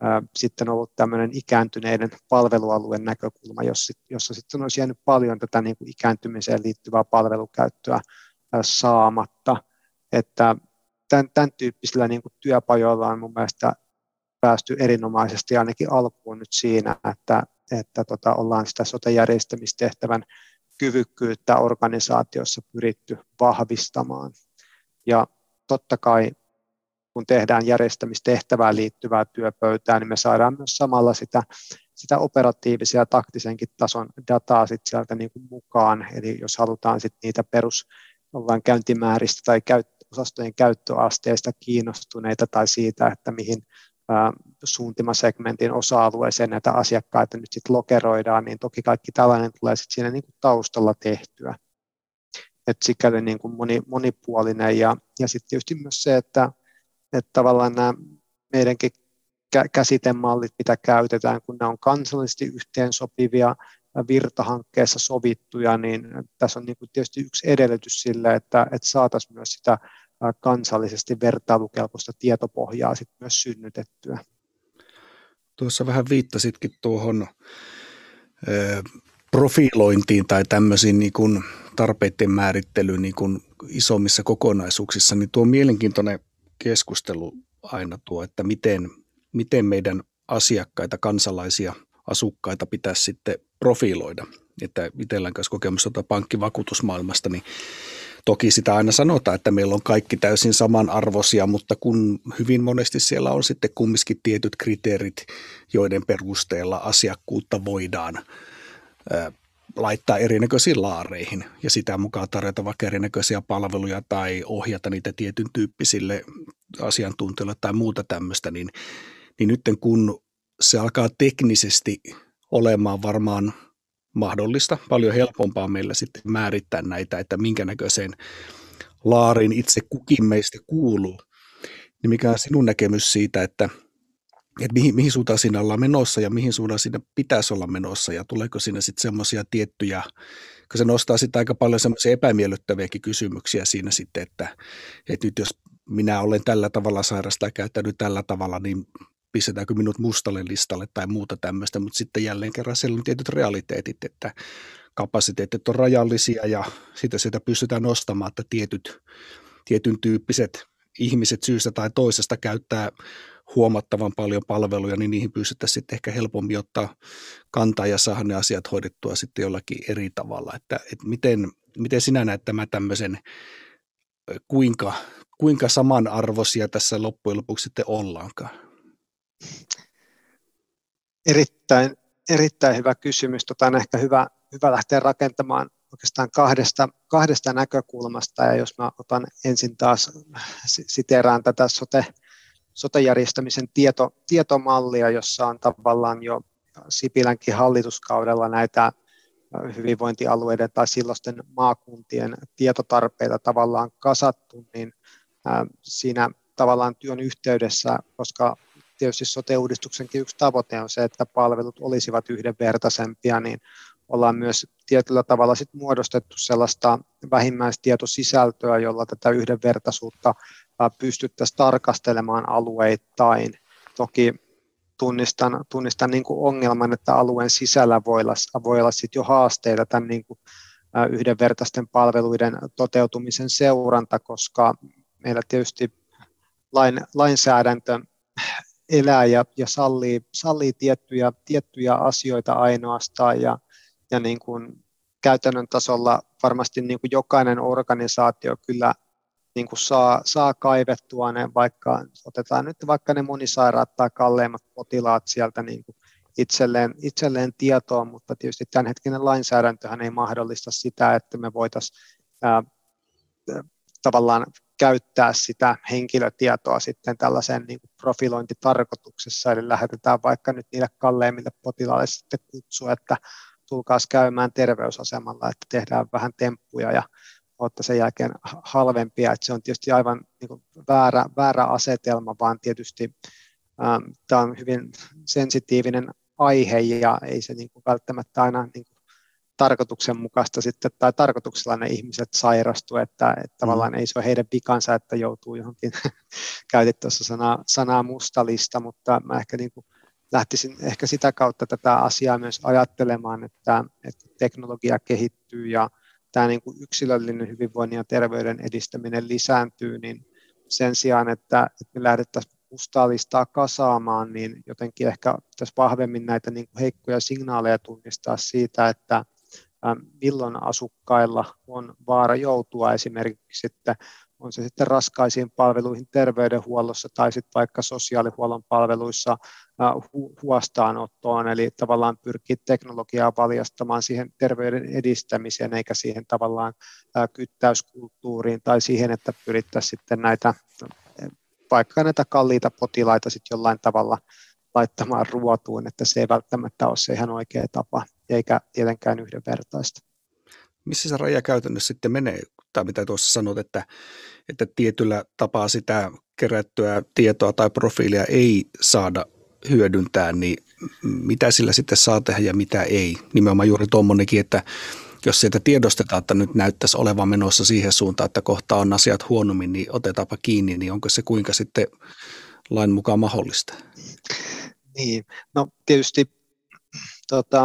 S3: Sitten on ollut tämmöinen ikääntyneiden palvelualueen näkökulma, jossa sitten olisi jäänyt paljon tätä niin kuin ikääntymiseen liittyvää palvelukäyttöä saamatta. Että tämän, tämän tyyppisillä niin kuin työpajoilla on mun mielestä päästy erinomaisesti ainakin alkuun nyt siinä, että, että tota, ollaan sitä sote-järjestämistehtävän kyvykkyyttä organisaatiossa pyritty vahvistamaan. Ja totta kai kun tehdään järjestämistehtävään liittyvää työpöytää, niin me saadaan myös samalla sitä, sitä operatiivisia ja taktisenkin tason dataa sit sieltä niin kuin mukaan. Eli jos halutaan sit niitä perus käyntimääristä tai käyt, osastojen käyttöasteista kiinnostuneita tai siitä, että mihin ä, suuntimasegmentin osa-alueeseen näitä asiakkaita nyt sit lokeroidaan, niin toki kaikki tällainen tulee sit siinä niin kuin taustalla tehtyä. Et sikäli niin kuin moni, monipuolinen ja, ja sitten tietysti myös se, että että tavallaan nämä meidänkin käsitemallit, mitä käytetään, kun ne on kansallisesti yhteensopivia virtahankkeessa sovittuja, niin tässä on niin kuin tietysti yksi edellytys sille, että, että saataisiin myös sitä kansallisesti vertailukelpoista tietopohjaa sit myös synnytettyä.
S2: Tuossa vähän viittasitkin tuohon profilointiin tai tämmöisiin niin kuin tarpeiden määrittelyyn niin kuin isommissa kokonaisuuksissa, niin tuo on mielenkiintoinen keskustelu aina tuo, että miten, miten meidän asiakkaita, kansalaisia, asukkaita pitäisi sitten profiloida. Että itsellään kanssa kokemus tuota pankkivakuutusmaailmasta, niin toki sitä aina sanotaan, että meillä on kaikki täysin samanarvoisia, mutta kun hyvin monesti siellä on sitten kumminkin tietyt kriteerit, joiden perusteella asiakkuutta voidaan ää, laittaa erinäköisiin laareihin ja sitä mukaan tarjota vaikka erinäköisiä palveluja tai ohjata niitä tietyn tyyppisille asiantuntijoille tai muuta tämmöistä, niin, niin nyt kun se alkaa teknisesti olemaan varmaan mahdollista, paljon helpompaa meillä sitten määrittää näitä, että minkä näköiseen laariin itse kukin meistä kuuluu, niin mikä on sinun näkemys siitä, että että mihin, mihin suuntaan siinä ollaan menossa ja mihin suuntaan siinä pitäisi olla menossa ja tuleeko siinä sitten semmoisia tiettyjä, kun se nostaa sitten aika paljon semmoisia epämiellyttäviäkin kysymyksiä siinä sitten, että, että nyt jos minä olen tällä tavalla sairasta ja käyttänyt tällä tavalla, niin pistetäänkö minut mustalle listalle tai muuta tämmöistä, mutta sitten jälleen kerran siellä on tietyt realiteetit, että kapasiteetit on rajallisia ja sitä sitä pystytään nostamaan, että tietyt, tietyn tyyppiset ihmiset syystä tai toisesta käyttää huomattavan paljon palveluja, niin niihin pystyttäisiin sitten ehkä helpommin ottaa kantaa ja saada ne asiat hoidettua sitten jollakin eri tavalla. Että, että miten, miten sinä näet tämän tämmöisen, kuinka, kuinka samanarvoisia tässä loppujen lopuksi sitten ollaankaan?
S3: Erittäin, erittäin hyvä kysymys. Tota on ehkä hyvä, hyvä lähteä rakentamaan oikeastaan kahdesta, kahdesta näkökulmasta. Ja jos mä otan ensin taas, siteeraan tätä sote sote-järjestämisen tieto, tietomallia, jossa on tavallaan jo Sipilänkin hallituskaudella näitä hyvinvointialueiden tai silloisten maakuntien tietotarpeita tavallaan kasattu, niin siinä tavallaan työn yhteydessä, koska tietysti sote-uudistuksenkin yksi tavoite on se, että palvelut olisivat yhdenvertaisempia, niin ollaan myös tietyllä tavalla sit muodostettu sellaista vähimmäistietosisältöä, jolla tätä yhdenvertaisuutta pystyttäisiin tarkastelemaan alueittain. Toki tunnistan, tunnistan niin kuin ongelman, että alueen sisällä voi olla, voi olla sit jo haasteita tämän niin kuin yhdenvertaisten palveluiden toteutumisen seuranta, koska meillä tietysti lain, lainsäädäntö elää ja, ja sallii, sallii tiettyjä, tiettyjä asioita ainoastaan ja, ja niin kuin käytännön tasolla varmasti niin kuin jokainen organisaatio kyllä niin kuin saa, saa kaivettua ne, vaikka otetaan nyt vaikka ne monisairaat tai kalleimmat potilaat sieltä niin kuin itselleen, itselleen tietoon, mutta tietysti tämänhetkinen lainsäädäntöhän ei mahdollista sitä, että me voitaisiin ää, tavallaan käyttää sitä henkilötietoa sitten tällaiseen niin kuin profilointitarkoituksessa, eli lähetetään vaikka nyt niille kalleimmille potilaille sitten kutsua, että tulkaas käymään terveysasemalla, että tehdään vähän temppuja ja olette sen jälkeen halvempia, että se on tietysti aivan niin kuin väärä, väärä asetelma, vaan tietysti ähm, tämä on hyvin sensitiivinen aihe ja ei se niin kuin välttämättä aina niin kuin tarkoituksenmukaista sitten, tai tarkoituksella ne ihmiset sairastu, että, että tavallaan ei se ole heidän vikansa, että joutuu johonkin, käytit tuossa sanaa, sanaa mustalista, mutta mä ehkä niin kuin lähtisin ehkä sitä kautta tätä asiaa myös ajattelemaan, että, että teknologia kehittyy ja tämä niin kuin yksilöllinen hyvinvoinnin ja terveyden edistäminen lisääntyy, niin sen sijaan, että, että me lähdettäisiin mustaa listaa kasaamaan, niin jotenkin ehkä pitäisi vahvemmin näitä niin kuin heikkoja signaaleja tunnistaa siitä, että milloin asukkailla on vaara joutua esimerkiksi, että on se sitten raskaisiin palveluihin terveydenhuollossa tai sitten vaikka sosiaalihuollon palveluissa hu- huostaanottoon, eli tavallaan pyrkii teknologiaa valjastamaan siihen terveyden edistämiseen eikä siihen tavallaan kyttäyskulttuuriin tai siihen, että pyrittäisiin sitten näitä vaikka näitä kalliita potilaita sitten jollain tavalla laittamaan ruotuun, että se ei välttämättä ole se ihan oikea tapa, eikä tietenkään yhdenvertaista.
S2: Missä se raja käytännössä sitten menee, tai mitä tuossa sanot, että, että tietyllä tapaa sitä kerättyä tietoa tai profiilia ei saada hyödyntää, niin mitä sillä sitten saa tehdä ja mitä ei? Nimenomaan juuri tuommoinenkin, että jos sieltä tiedostetaan, että nyt näyttäisi olevan menossa siihen suuntaan, että kohta on asiat huonommin, niin otetaanpa kiinni, niin onko se kuinka sitten lain mukaan mahdollista?
S3: Niin, no tietysti tota,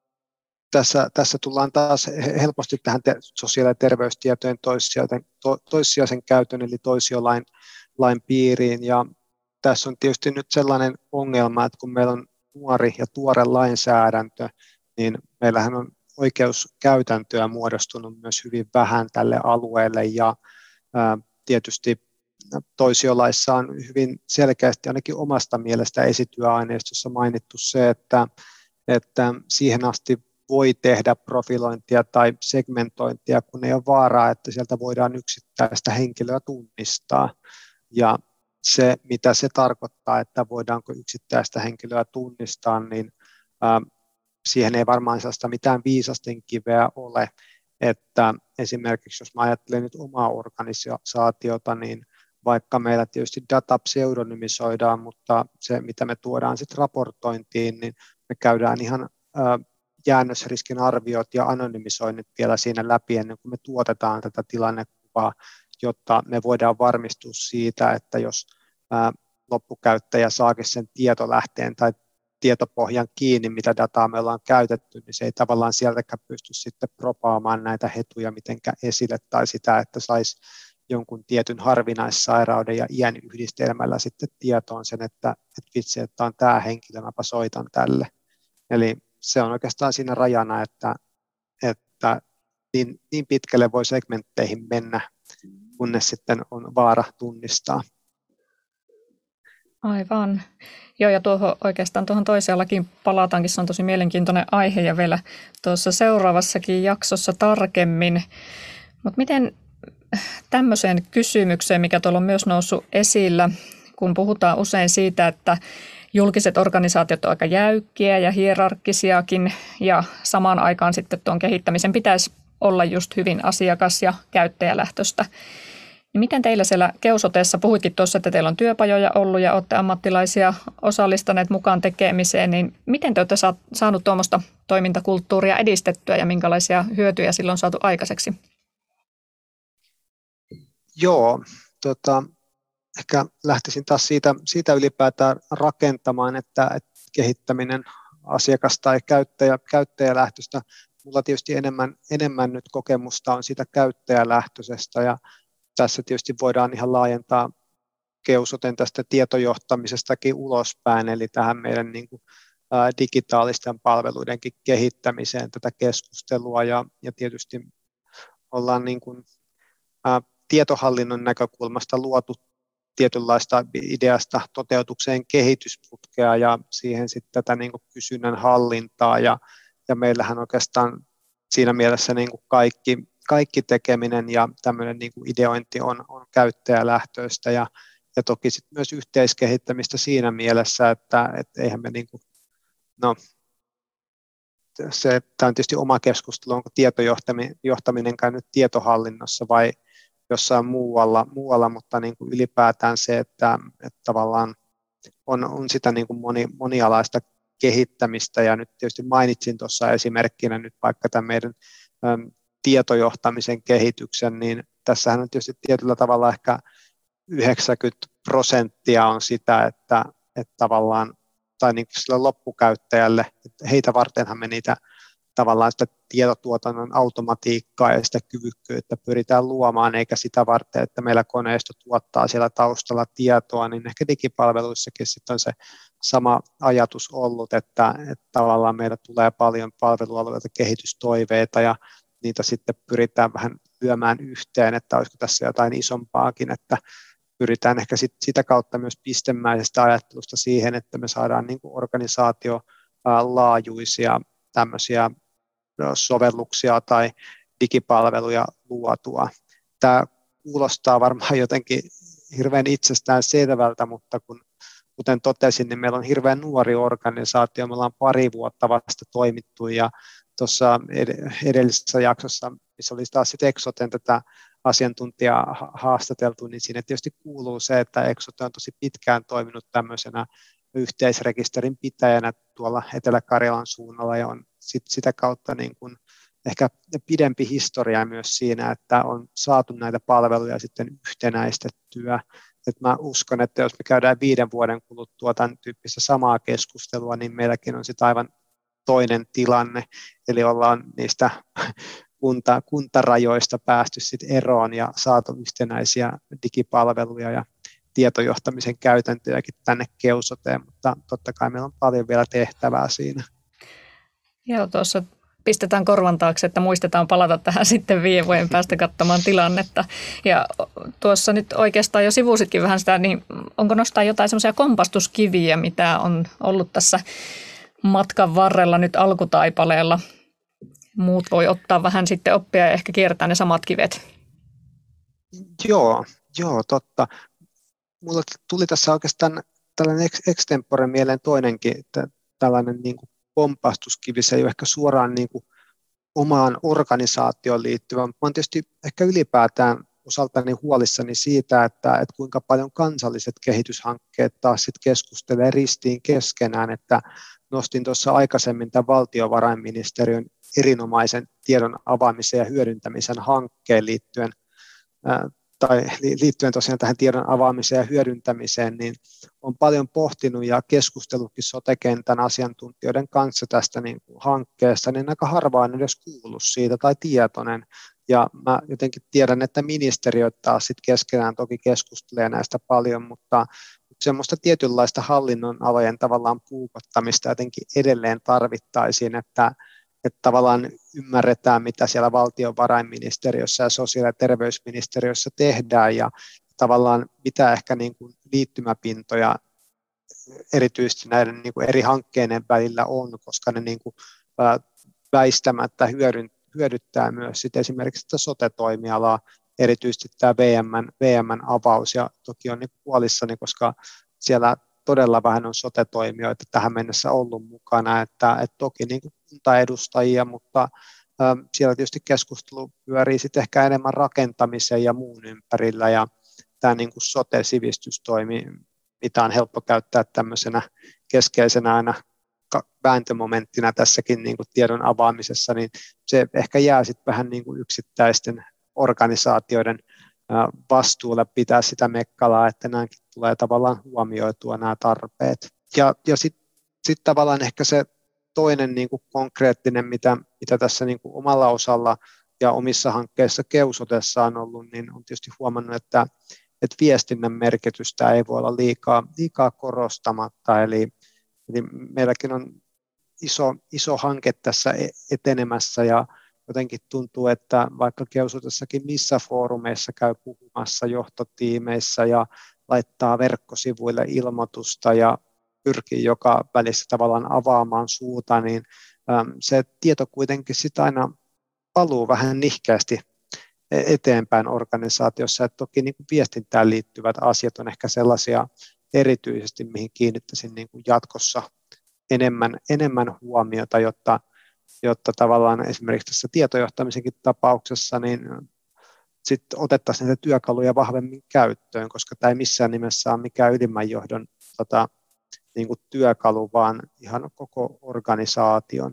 S3: tässä, tässä tullaan taas helposti tähän te- sosiaali- ja terveystietojen toissijaisen, to, toissijaisen käytön, eli toisiolain lain piiriin, ja tässä on tietysti nyt sellainen ongelma, että kun meillä on nuori ja tuore lainsäädäntö, niin meillähän on oikeuskäytäntöä muodostunut myös hyvin vähän tälle alueelle, ja ää, tietysti toisiolaissa on hyvin selkeästi ainakin omasta mielestä esityöaineistossa mainittu se, että, että siihen asti voi tehdä profilointia tai segmentointia, kun ei ole vaaraa, että sieltä voidaan yksittäistä henkilöä tunnistaa. Ja se, mitä se tarkoittaa, että voidaanko yksittäistä henkilöä tunnistaa, niin ää, siihen ei varmaan sellaista mitään viisastenkiveä ole, että esimerkiksi jos mä ajattelen nyt omaa organisaatiota, niin vaikka meillä tietysti data pseudonymisoidaan, mutta se, mitä me tuodaan sitten raportointiin, niin me käydään ihan ää, jäännösriskin arviot ja anonymisoinnit vielä siinä läpi ennen kuin me tuotetaan tätä tilannekuvaa, jotta me voidaan varmistua siitä, että jos ää, loppukäyttäjä saakin sen tietolähteen tai tietopohjan kiinni, mitä dataa me ollaan käytetty, niin se ei tavallaan sieltäkään pysty sitten propaamaan näitä hetuja mitenkään esille tai sitä, että saisi jonkun tietyn harvinaissairauden ja iän yhdistelmällä sitten tietoon sen, että, että vitsi, että on tämä henkilö, mäpä soitan tälle. Eli se on oikeastaan siinä rajana, että, että niin, niin pitkälle voi segmentteihin mennä, kunnes sitten on vaara tunnistaa.
S1: Aivan. Joo, ja tuohon, oikeastaan tuohon toiseen lakiin palataankin. Se on tosi mielenkiintoinen aihe ja vielä tuossa seuraavassakin jaksossa tarkemmin. Mutta miten tämmöiseen kysymykseen, mikä tuolla on myös noussut esillä, kun puhutaan usein siitä, että julkiset organisaatiot ovat aika jäykkiä ja hierarkkisiakin, ja samaan aikaan sitten tuon kehittämisen pitäisi olla just hyvin asiakas- ja käyttäjälähtöistä. Niin miten teillä siellä Keusoteessa, puhuitkin tuossa, että teillä on työpajoja ollut ja olette ammattilaisia osallistaneet mukaan tekemiseen, niin miten te olette saanut tuommoista toimintakulttuuria edistettyä ja minkälaisia hyötyjä silloin on saatu aikaiseksi?
S3: Joo, tota, ehkä lähtisin taas siitä, siitä ylipäätään rakentamaan, että, että kehittäminen asiakas- tai käyttäjä, käyttäjälähtöistä. Mulla tietysti enemmän, enemmän nyt kokemusta on siitä käyttäjälähtöisestä, ja tässä tietysti voidaan ihan laajentaa Keusoten tästä tietojohtamisestakin ulospäin, eli tähän meidän niin kuin, ää, digitaalisten palveluidenkin kehittämiseen tätä keskustelua, ja, ja tietysti ollaan niin kuin, ää, tietohallinnon näkökulmasta luotu tietynlaista ideasta toteutukseen kehitysputkea ja siihen sitten tätä niin kuin kysynnän hallintaa, ja, ja meillähän oikeastaan siinä mielessä niin kuin kaikki, kaikki tekeminen ja tämmöinen niin kuin ideointi on, on käyttäjälähtöistä, ja, ja toki sitten myös yhteiskehittämistä siinä mielessä, että et eihän me niin kuin, no, se, tämä on tietysti oma keskustelu, onko tietojohtaminen käynyt tietohallinnossa vai jossain muualla, muualla mutta niin kuin ylipäätään se, että, että tavallaan on, on sitä niin kuin moni, monialaista kehittämistä, ja nyt tietysti mainitsin tuossa esimerkkinä nyt vaikka tämän meidän äm, tietojohtamisen kehityksen, niin tässähän on tietysti tietyllä tavalla ehkä yhdeksänkymmentä prosenttia on sitä, että, että tavallaan, tai niin kuin sille loppukäyttäjälle, että heitä vartenhan me niitä tavallaan sitä tietotuotannon automatiikkaa ja sitä kyvykkyyttä pyritään luomaan, eikä sitä varten, että meillä koneisto tuottaa siellä taustalla tietoa, niin ehkä digipalveluissakin sitten on se sama ajatus ollut, että, että tavallaan meillä tulee paljon palvelualueilta kehitystoiveita ja niitä sitten pyritään vähän lyömään yhteen, että olisiko tässä jotain isompaakin, että pyritään ehkä sit sitä kautta myös pistemäisestä ajattelusta siihen, että me saadaan niin kuin organisaatio laajuisia tämmöisiä sovelluksia tai digipalveluja luotua. Tämä kuulostaa varmaan jotenkin hirveän itsestään selvältä, mutta kun, kuten totesin, niin meillä on hirveän nuori organisaatio, me ollaan pari vuotta vasta toimittu ja tuossa edellisessä jaksossa, missä oli taas sitten Exoten tätä asiantuntijaa haastateltu, niin siinä tietysti kuuluu se, että Exote on tosi pitkään toiminut tämmöisenä yhteisrekisterin pitäjänä tuolla Etelä-Karjalan suunnalla ja on sit sitä kautta niin kuin ehkä pidempi historia myös siinä, että on saatu näitä palveluja sitten yhtenäistettyä. Et mä uskon, että jos me käydään viiden vuoden kuluttua tämän tyyppistä samaa keskustelua, niin meilläkin on sitten aivan toinen tilanne, eli ollaan niistä kunta, kuntarajoista päästy sitten eroon ja saatu yhtenäisiä digipalveluja ja tietojohtamisen käytäntöjäkin tänne Keusoteen, mutta totta kai meillä on paljon vielä tehtävää siinä.
S1: Joo, tuossa pistetään korvan taakse, että muistetaan palata tähän sitten viiden vuoden päästä katsomaan tilannetta. Ja tuossa nyt oikeastaan jo sivusitkin vähän sitä, niin onko nostaa jotain semmoisia kompastuskiviä, mitä on ollut tässä matkan varrella nyt alkutaipaleella? Muut voi ottaa vähän sitten oppia ja ehkä kiertää ne samat kivet.
S3: Joo, joo, totta. Mulla tuli tässä oikeastaan tällainen extempore mieleen toinenkin, että tällainen niin kuin kompastuskivi, se ei ole ehkä suoraan niin kuin omaan organisaatioon liittyvä, mutta olen tietysti ehkä ylipäätään osaltani huolissani siitä, että, että kuinka paljon kansalliset kehityshankkeet taas sit keskustelee ristiin keskenään, että nostin tuossa aikaisemmin tämän valtiovarainministeriön erinomaisen tiedon avaamisen ja hyödyntämisen hankkeen liittyen tai liittyen tosiaan tähän tiedon avaamiseen ja hyödyntämiseen, niin on paljon pohtinut ja keskustellutkin sote-kentän asiantuntijoiden kanssa tästä niin kuin hankkeesta, niin aika harva on edes kuullut siitä tai tietoinen. Ja mä jotenkin tiedän, että ministeriöt taas sit keskenään toki keskustelee näistä paljon, mutta semmoista tietynlaista hallinnon alojen tavallaan puukottamista jotenkin edelleen tarvittaisiin, että että tavallaan ymmärretään, mitä siellä valtiovarainministeriössä ja sosiaali- ja terveysministeriössä tehdään ja tavallaan mitä ehkä niin kuin liittymäpintoja erityisesti näiden niin kuin eri hankkeiden välillä on, koska ne niin kuin väistämättä hyödyttää myös sit esimerkiksi sitä sote-toimialaa, erityisesti tämä V M:n, V M:n avaus ja toki on niin huolissani, koska siellä todella vähän on sote-toimijoita tähän mennessä ollut mukana, että, että toki niin kuin kuntaedustajia, mutta ä, siellä tietysti keskustelu pyörii sitten ehkä enemmän rakentamisen ja muun ympärillä, ja tämä niin kuin sote-sivistystoimi, mitä on helppo käyttää tämmöisenä keskeisenä aina vääntömomenttina tässäkin niin kuin tiedon avaamisessa, niin se ehkä jää sitten vähän niin kuin yksittäisten organisaatioiden vastuulle pitää sitä mekkalaa, että näinkin tulee tavallaan huomioitua nämä tarpeet. Ja, ja sitten sit tavallaan ehkä se toinen niin kuin konkreettinen, mitä, mitä tässä niin kuin omalla osalla ja omissa hankkeissa Keusotessa on ollut, niin on tietysti huomannut, että, että viestinnän merkitystä ei voi olla liikaa, liikaa korostamatta. Eli, eli meilläkin on iso, iso hanke tässä etenemässä ja jotenkin tuntuu, että vaikka Keusotessakin missä foorumeissa käy puhumassa johtotiimeissä ja laittaa verkkosivuille ilmoitusta ja pyrkii joka välissä tavallaan avaamaan suuta, niin se tieto kuitenkin sitä aina paluu vähän nihkeästi eteenpäin organisaatiossa. Et toki niin kuin viestintään liittyvät asiat on ehkä sellaisia erityisesti, mihin kiinnittäisin niin kuin jatkossa enemmän, enemmän huomiota, jotta jotta tavallaan esimerkiksi tässä tietojohtamisenkin tapauksessa niin sitten otettaisiin näitä työkaluja vahvemmin käyttöön, koska tämä ei missään nimessä ole mikään ylimmän johdon tota, niin kuin työkalu, vaan ihan koko organisaation.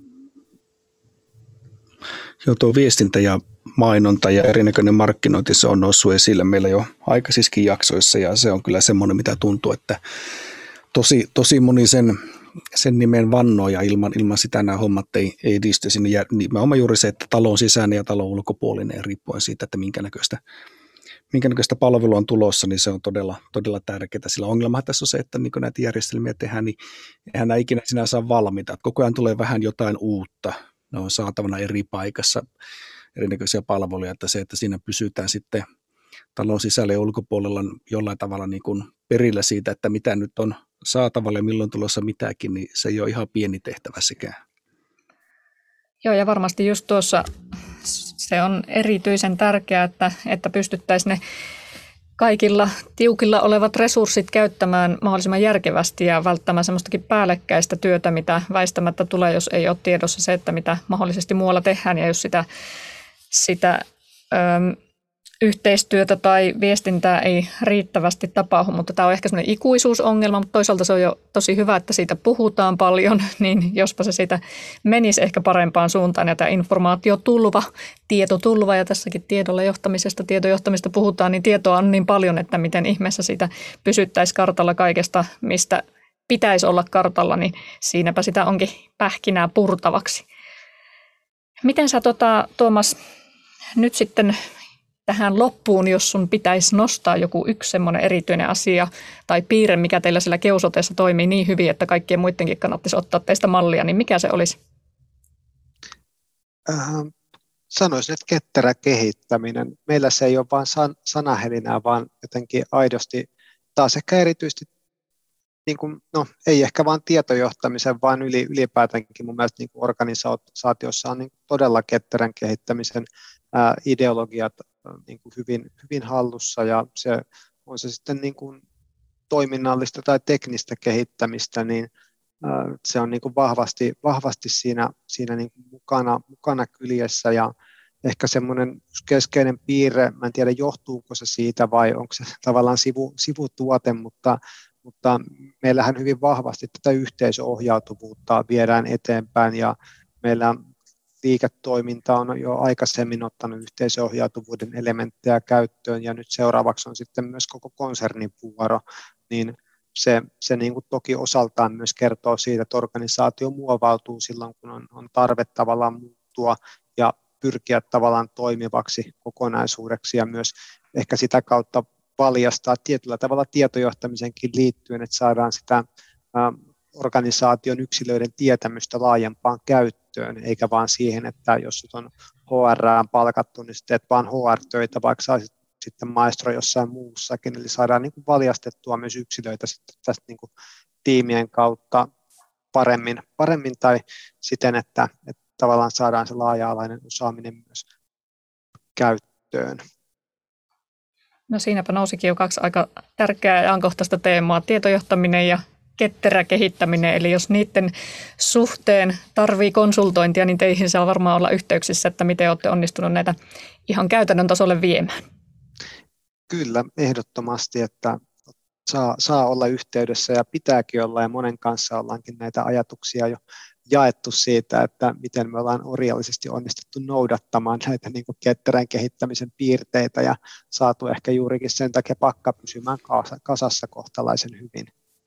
S2: Joo, tuo viestintä ja mainonta ja erinäköinen markkinointi, se on noussut esille meillä jo aikaisissakin jaksoissa, ja se on kyllä semmoinen, mitä tuntuu, että tosi, tosi moni sen, sen nimen vannoo, ja ilman, ilman sitä nämä hommat ei, ei edisty sinne. Ja nimenomaan juuri se, että talon sisäinen ja talon ulkopuolinen, riippuen siitä, että minkä näköistä, minkä näköistä palvelua on tulossa, niin se on todella, todella tärkeää. Sillä ongelma tässä on se, että niin kun näitä järjestelmiä tehdään, niin eihän nämä ikinä sinänsä ole valmiita. Koko ajan tulee vähän jotain uutta. Ne on saatavana eri paikassa, erinäköisiä palveluja, että se, että siinä pysytään sitten talon sisällä ja ulkopuolella jollain tavalla niin kuin perillä siitä, että mitä nyt on saatavalla ja milloin tulossa mitäkin, niin se ei ole ihan pieni tehtävä sekään.
S1: Joo, ja varmasti just tuossa se on erityisen tärkeää, että, että pystyttäisiin ne kaikilla tiukilla olevat resurssit käyttämään mahdollisimman järkevästi ja välttämään semmoistakin päällekkäistä työtä, mitä väistämättä tulee, jos ei ole tiedossa se, että mitä mahdollisesti muualla tehdään, ja jos sitä, sitä ö, yhteistyötä tai viestintää ei riittävästi tapahdu, mutta tämä on ehkä semmoinen ikuisuusongelma, mutta toisaalta se on jo tosi hyvä, että siitä puhutaan paljon, niin jospa se siitä menisi ehkä parempaan suuntaan, ja tämä informaatiotulva, tietotulva, ja tässäkin tiedolla johtamisesta, tietojohtamista puhutaan, niin tietoa on niin paljon, että miten ihmeessä siitä pysyttäisiin kartalla kaikesta, mistä pitäisi olla kartalla, niin siinäpä sitä onkin pähkinää purtavaksi. Miten sä tota, Tuomas, nyt sitten tähän loppuun, jos sun pitäisi nostaa joku yksi semmoinen erityinen asia tai piirre, mikä teillä siellä Keusoteessa toimii niin hyvin, että kaikkien muidenkin kannattaisi ottaa teistä mallia, niin mikä se olisi?
S3: Äh, sanoisin, että ketterä kehittäminen. Meillä se ei ole vain san- sanahelinää, vaan jotenkin aidosti taas ehkä erityisesti, niin kuin, no ei ehkä vain tietojohtamisen, vaan yli, ylipäätänkin mun mielestä niin kuin organisaatiossa on niin kuin todella ketterän kehittämisen ää, ideologiat niin kuin hyvin, hyvin hallussa, ja se on se sitten niin kuin toiminnallista tai teknistä kehittämistä, niin ää, se on niin kuin vahvasti, vahvasti siinä, siinä niin kuin mukana, mukana kyljessä, ja ehkä semmoinen keskeinen piirre, mä en tiedä johtuuko se siitä vai onko se tavallaan sivu, sivutuote, mutta Mutta meillähän hyvin vahvasti tätä yhteisöohjautuvuutta viedään eteenpäin, ja meillä liiketoiminta on jo aikaisemmin ottanut yhteisöohjautuvuuden elementtejä käyttöön, ja nyt seuraavaksi on sitten myös koko konsernin vuoro, niin se, se niin kuin toki osaltaan myös kertoo siitä, että organisaatio muovautuu silloin, kun on, on tarve tavallaan muuttua ja pyrkiä tavallaan toimivaksi kokonaisuudeksi, ja myös ehkä sitä kautta valjastaa tietyllä tavalla tietojohtamisenkin liittyen, että saadaan sitä ä, organisaation yksilöiden tietämystä laajempaan käyttöön, eikä vaan siihen, että jos on H R:ään palkattu, niin teet vaan H R-töitä, vaikka saisit sitten maestro jossain muussakin, eli saadaan niin kuin valjastettua myös yksilöitä sitten tästä niin kuin tiimien kautta paremmin, paremmin tai siten, että, että tavallaan saadaan se laaja-alainen osaaminen myös käyttöön.
S1: No siinäpä nousikin jo kaksi aika tärkeää ja ajankohtaista teemaa, tietojohtaminen ja ketterä kehittäminen. Eli jos niiden suhteen tarvii konsultointia, niin teihin saa varmaan olla yhteyksissä, että miten olette onnistunut näitä ihan käytännön tasolle viemään.
S3: Kyllä, ehdottomasti, että saa, saa olla yhteydessä ja pitääkin olla, ja monen kanssa ollaankin näitä ajatuksia jo jaettu siitä, että miten me ollaan orjallisesti onnistuttu noudattamaan näitä niin kuin ketterän kehittämisen piirteitä ja saatu ehkä juurikin sen takia pakka pysymään kasassa kohtalaisen hyvin.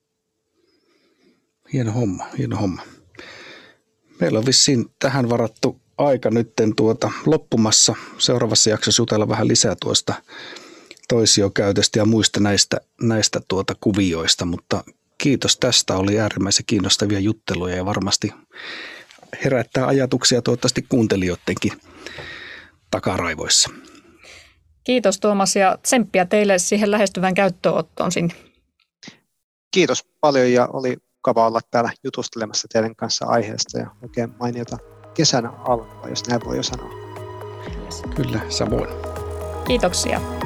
S2: Hieno homma, hieno homma. Meillä on vissiin tähän varattu aika nytten tuota loppumassa. Seuraavassa jaksossa jutella vähän lisää tuosta toisiokäytöstä ja muista näistä, näistä tuota kuvioista, mutta kiitos tästä. Oli äärimmäisen kiinnostavia jutteluja ja varmasti herättää ajatuksia toivottavasti kuuntelijoidenkin takaraivoissa.
S1: Kiitos Tuomas ja tsemppiä teille siihen lähestyvään käyttöönottoon sinne. Kiitos
S3: paljon ja oli mukava olla täällä jutustelemassa teidän kanssa aiheesta ja oikein mainiota kesän alkua, jos näin voi jo sanoa.
S2: Kyllä, samoin.
S1: Kiitoksia.